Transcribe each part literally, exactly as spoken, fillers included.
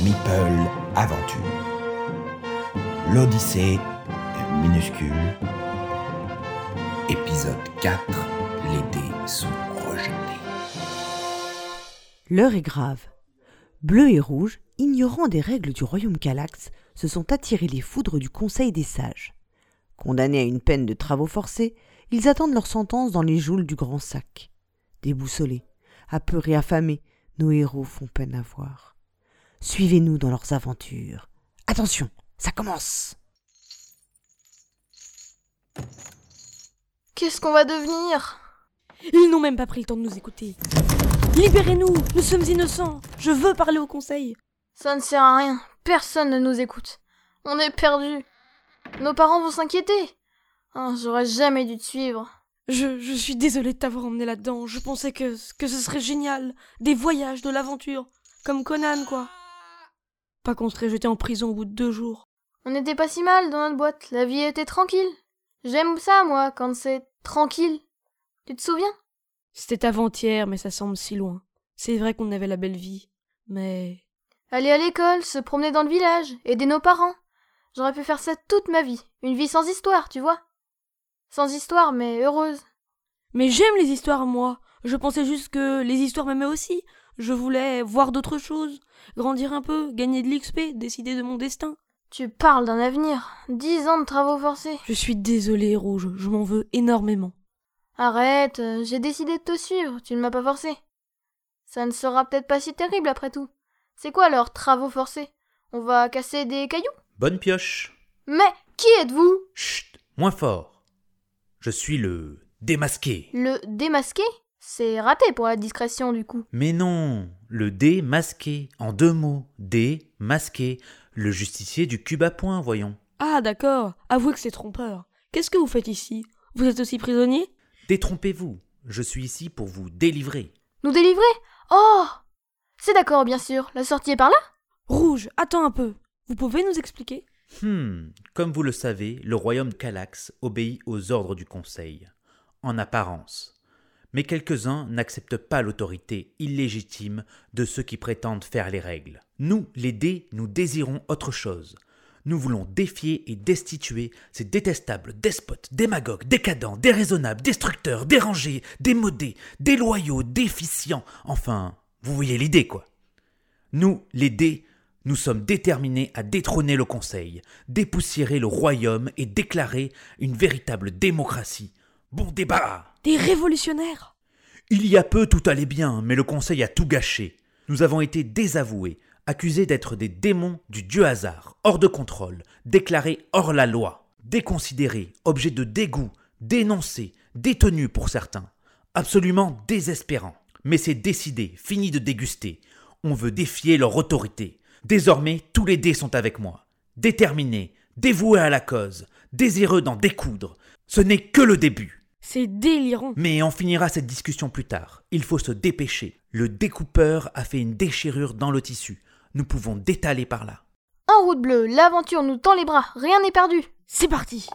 Meeple Aventure. L'Odyssée minuscule. Épisode quatre. Les dés sont rejetés. L'heure est grave. Bleu et Rouge, ignorant des règles du royaume Calax, se sont attirés les foudres du Conseil des Sages. Condamnés à une peine de travaux forcés, ils attendent leur sentence dans les geôles du Grand Sac. Déboussolés, apeurés, affamés, nos héros font peine à voir. Suivez-nous dans leurs aventures. Attention, ça commence! Qu'est-ce qu'on va devenir? Ils n'ont même pas pris le temps de nous écouter. Libérez-nous, nous sommes innocents. Je veux parler au conseil. Ça ne sert à rien, personne ne nous écoute. On est perdus. Nos parents vont s'inquiéter. Oh, j'aurais jamais dû te suivre. Je, je suis désolée de t'avoir emmené là-dedans. Je pensais que, que ce serait génial. Des voyages, de l'aventure. Comme Conan, quoi. Pas qu'on serait jeté en prison au bout de deux jours. On n'était pas si mal dans notre boîte, la vie était tranquille. J'aime ça, moi, quand c'est tranquille. Tu te souviens? C'était avant-hier, mais ça semble si loin. C'est vrai qu'on avait la belle vie, mais... Aller à l'école, se promener dans le village, aider nos parents. J'aurais pu faire ça toute ma vie. Une vie sans histoire, tu vois. Sans histoire, mais heureuse. Mais j'aime les histoires, moi. Je pensais juste que les histoires m'aimaient aussi. Je voulais voir d'autres choses, grandir un peu, gagner de l'X P, décider de mon destin. Tu parles d'un avenir. Dix ans de travaux forcés. Je suis désolée, Rouge. Je m'en veux énormément. Arrête, j'ai décidé de te suivre. Tu ne m'as pas forcé. Ça ne sera peut-être pas si terrible après tout. C'est quoi leurs travaux forcés? On va casser des cailloux? Bonne pioche. Mais qui êtes-vous? Chut, moins fort. Je suis le démasqué. Le démasqué? C'est raté pour la discrétion du coup. Mais non, le démasqué, en deux mots. Démasqué, le justicier du cube à point, voyons. Ah d'accord, avouez que c'est trompeur. Qu'est-ce que vous faites ici? Vous êtes aussi prisonnier? Détrompez-vous, je suis ici pour vous délivrer. Nous délivrer? Oh! C'est d'accord, bien sûr. La sortie est par là? Rouge, attends un peu. Vous pouvez nous expliquer? Hmm, comme vous le savez, le royaume Calax obéit aux ordres du Conseil, en apparence. Mais quelques-uns n'acceptent pas l'autorité illégitime de ceux qui prétendent faire les règles. Nous, les dés, nous désirons autre chose. Nous voulons défier et destituer ces détestables despotes, démagogues, décadents, déraisonnables, destructeurs, dérangés, démodés, déloyaux, déficients, enfin, vous voyez l'idée, quoi. Nous, les dés, nous sommes déterminés à détrôner le Conseil, dépoussiérer le royaume et déclarer une véritable démocratie. Bon débarras! Des révolutionnaires! Il y a peu, tout allait bien, mais le Conseil a tout gâché. Nous avons été désavoués, accusés d'être des démons du dieu hasard, hors de contrôle, déclarés hors la loi, déconsidérés, objets de dégoût, dénoncés, détenus pour certains. Absolument désespérant. Mais c'est décidé, fini de déguster. On veut défier leur autorité. Désormais, tous les dés sont avec moi. Déterminés, dévoués à la cause, désireux d'en découdre. Ce n'est que le début. C'est délirant. Mais on finira cette discussion plus tard. Il faut se dépêcher. Le découpeur a fait une déchirure dans le tissu. Nous pouvons détaler par là. En route bleue, l'aventure nous tend les bras. Rien n'est perdu. C'est parti.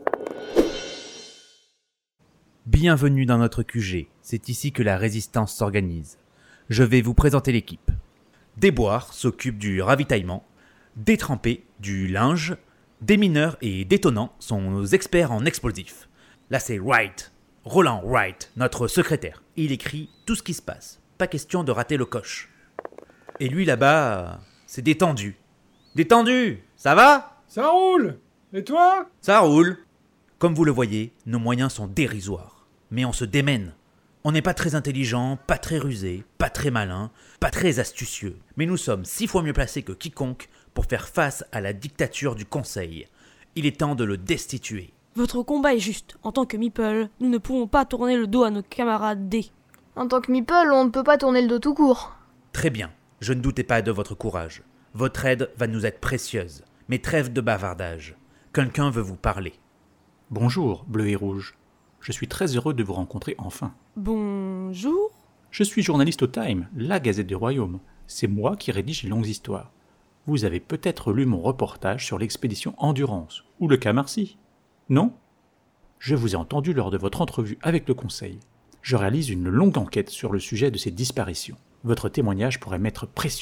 Bienvenue dans notre Q G. C'est ici que la résistance s'organise. Je vais vous présenter l'équipe. Déboire s'occupe du ravitaillement. Détrempé du linge. Démineur et Détonnant sont nos experts en explosifs. Là c'est Wright, Roland Wright, notre secrétaire. Il écrit tout ce qui se passe. Pas question de rater le coche. Et lui là-bas, c'est Détendu. Détendu, ça va? Ça roule! Et toi? Ça roule. Comme vous le voyez, nos moyens sont dérisoires. Mais on se démène. On n'est pas très intelligent, pas très rusé, pas très malin, pas très astucieux. Mais nous sommes six fois mieux placés que quiconque pour faire face à la dictature du Conseil. Il est temps de le destituer. Votre combat est juste. En tant que Meeple, nous ne pouvons pas tourner le dos à nos camarades D. En tant que Meeple, on ne peut pas tourner le dos tout court. Très bien. Je ne doutais pas de votre courage. Votre aide va nous être précieuse. Mais trêve de bavardage. Quelqu'un veut vous parler. Bonjour, Bleu et Rouge. Je suis très heureux de vous rencontrer enfin. Bonjour. Je suis journaliste au Time, la gazette du royaume. C'est moi qui rédige les longues histoires. Vous avez peut-être lu mon reportage sur l'expédition Endurance, ou le cas Marcy. Non? Je vous ai entendu lors de votre entrevue avec le Conseil. Je réalise une longue enquête sur le sujet de ces disparitions. Votre témoignage pourrait m'être précieux.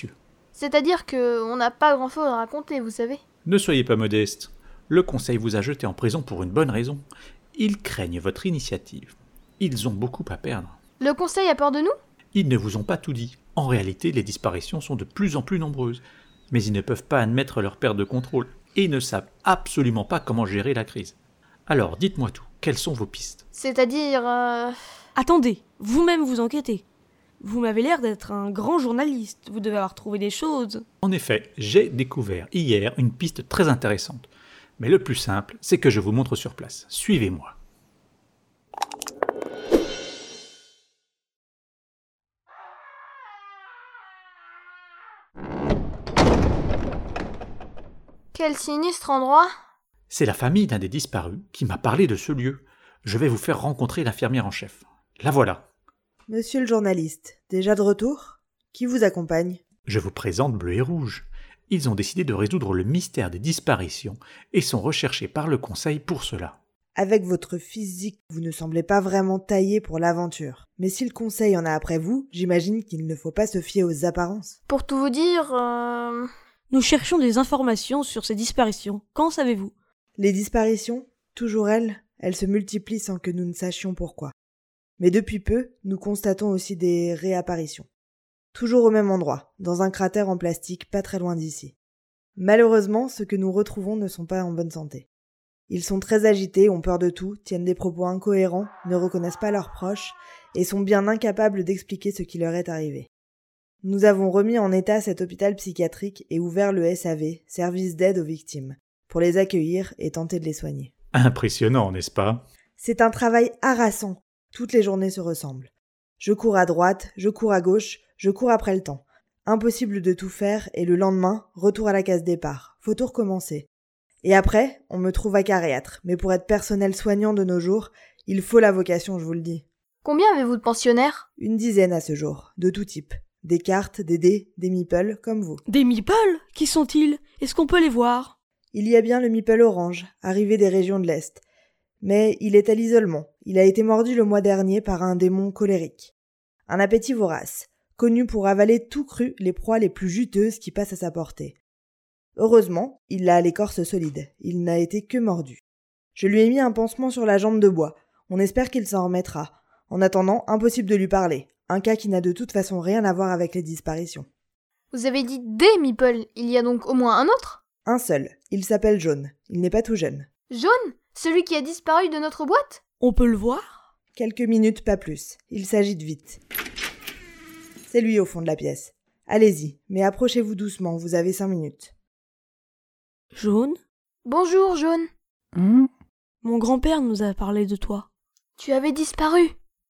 C'est-à-dire que on n'a pas grand-chose à raconter, vous savez. Ne soyez pas modeste. Le conseil vous a jeté en prison pour une bonne raison. Ils craignent votre initiative. Ils ont beaucoup à perdre. Le conseil a peur de nous? Ils ne vous ont pas tout dit. En réalité, les disparitions sont de plus en plus nombreuses. Mais ils ne peuvent pas admettre leur perte de contrôle. Et ne savent absolument pas comment gérer la crise. Alors, dites-moi tout. Quelles sont vos pistes? C'est-à-dire... Euh... Attendez, vous-même vous enquêtez. Vous m'avez l'air d'être un grand journaliste. Vous devez avoir trouvé des choses. En effet, j'ai découvert hier une piste très intéressante. Mais le plus simple, c'est que je vous montre sur place. Suivez-moi. Quel sinistre endroit! C'est la famille d'un des disparus qui m'a parlé de ce lieu. Je vais vous faire rencontrer l'infirmière en chef. La voilà. Monsieur le journaliste, déjà de retour? Qui vous accompagne? Je vous présente Bleu et Rouge. Ils ont décidé de résoudre le mystère des disparitions et sont recherchés par le conseil pour cela. Avec votre physique, vous ne semblez pas vraiment taillé pour l'aventure. Mais si le conseil en a après vous, j'imagine qu'il ne faut pas se fier aux apparences. Pour tout vous dire... Euh... Nous cherchons des informations sur ces disparitions. Qu'en savez-vous? Les disparitions, toujours elles, elles se multiplient sans que nous ne sachions pourquoi. Mais depuis peu, nous constatons aussi des réapparitions. Toujours au même endroit, dans un cratère en plastique pas très loin d'ici. Malheureusement, ceux que nous retrouvons ne sont pas en bonne santé. Ils sont très agités, ont peur de tout, tiennent des propos incohérents, ne reconnaissent pas leurs proches et sont bien incapables d'expliquer ce qui leur est arrivé. Nous avons remis en état cet hôpital psychiatrique et ouvert le S A V, service d'aide aux victimes, pour les accueillir et tenter de les soigner. Impressionnant, n'est-ce pas? C'est un travail harassant. Toutes les journées se ressemblent. Je cours à droite, je cours à gauche, je cours après le temps. Impossible de tout faire et le lendemain, retour à la case départ. Faut tout recommencer. Et après, on me trouve acariâtre, mais pour être personnel soignant de nos jours, il faut la vocation, je vous le dis. Combien avez-vous de pensionnaires? Une dizaine à ce jour, de tout type. Des cartes, des dés, des meeples, comme vous. Des meeples? Qui sont-ils? Est-ce qu'on peut les voir? Il y a bien le meeple orange, arrivé des régions de l'Est. Mais il est à l'isolement. Il a été mordu le mois dernier par un démon colérique. Un appétit vorace, connu pour avaler tout cru les proies les plus juteuses qui passent à sa portée. Heureusement, il a l'écorce solide. Il n'a été que mordu. Je lui ai mis un pansement sur la jambe de bois. On espère qu'il s'en remettra. En attendant, impossible de lui parler. Un cas qui n'a de toute façon rien à voir avec les disparitions. Vous avez dit des meeples, il y a donc au moins un autre? Un seul. Il s'appelle Jaune. Il n'est pas tout jeune. Jaune? Celui qui a disparu de notre boîte? On peut le voir? Quelques minutes, pas plus. Il s'agite vite. C'est lui au fond de la pièce. Allez-y, mais approchez-vous doucement, vous avez cinq minutes. Jaune? Bonjour, Jaune. Hum? Mon grand-père nous a parlé de toi. Tu avais disparu.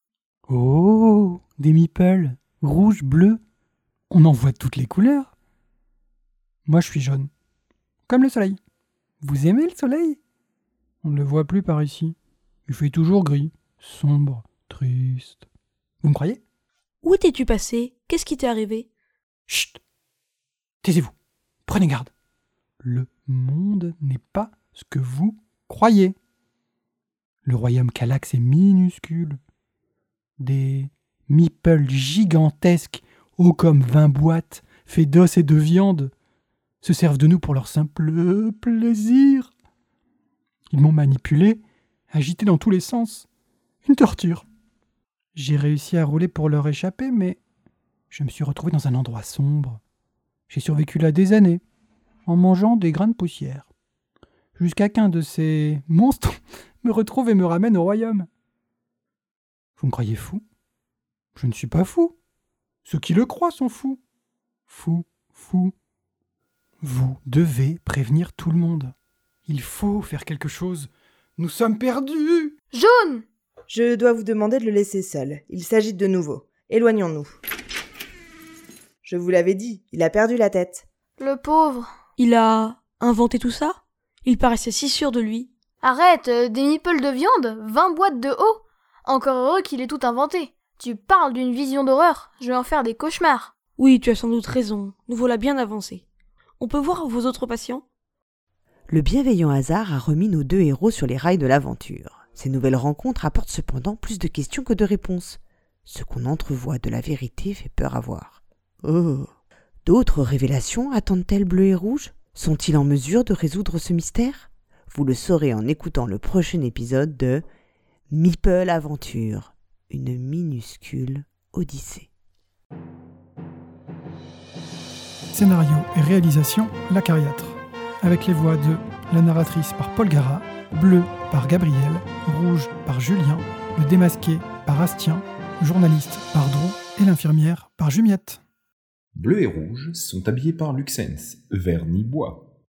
Oh, des meeples, rouge, bleu. On en voit toutes les couleurs. Moi, je suis jaune, comme le soleil. Vous aimez le soleil? On ne le voit plus par ici. Il fait toujours gris, sombre, triste. Vous me croyez? Où étais-tu passé? Qu'est-ce qui t'est arrivé? Chut! Taisez-vous. Prenez garde. Le monde n'est pas ce que vous croyez. Le royaume Calax est minuscule. Des meeples gigantesques, hauts comme vingt boîtes, faits d'os et de viande, se servent de nous pour leur simple plaisir. Ils m'ont manipulé, agité dans tous les sens. Une torture. J'ai réussi à rouler pour leur échapper, mais je me suis retrouvé dans un endroit sombre. J'ai survécu là des années, en mangeant des grains de poussière, jusqu'à qu'un de ces monstres me retrouve et me ramène au royaume. Vous me croyez fou? Je ne suis pas fou. Ceux qui le croient sont fous. Fou, fou. Vous devez prévenir tout le monde. Il faut faire quelque chose. Nous sommes perdus. Jaune! Je dois vous demander de le laisser seul. Il s'agite de nouveau. Éloignons-nous. Je vous l'avais dit, il a perdu la tête. Le pauvre. Il a inventé tout ça? Il paraissait si sûr de lui. Arrête, euh, des meeples de viande, vingt boîtes de haut. Encore heureux qu'il ait tout inventé. Tu parles d'une vision d'horreur, je vais en faire des cauchemars. Oui, tu as sans doute raison, nous voilà bien avancés. On peut voir vos autres patients? Le bienveillant hasard a remis nos deux héros sur les rails de l'aventure. Ces nouvelles rencontres apportent cependant plus de questions que de réponses. Ce qu'on entrevoit de la vérité fait peur à voir. Oh, D'autres révélations attendent-elles Bleu et Rouge ? Sont-ils en mesure de résoudre ce mystère ? Vous le saurez en écoutant le prochain épisode de Meeple Aventure, une minuscule odyssée. Scénario et réalisation Lacariâtre, avec les voix de la narratrice par Paul Gara, Bleu par Gabriel, Rouge par Julien, le démasqué par Astien, le journaliste par Dron et l'infirmière par Jumiette. Bleu et Rouge sont habillés par Luxens, Vernis Bois.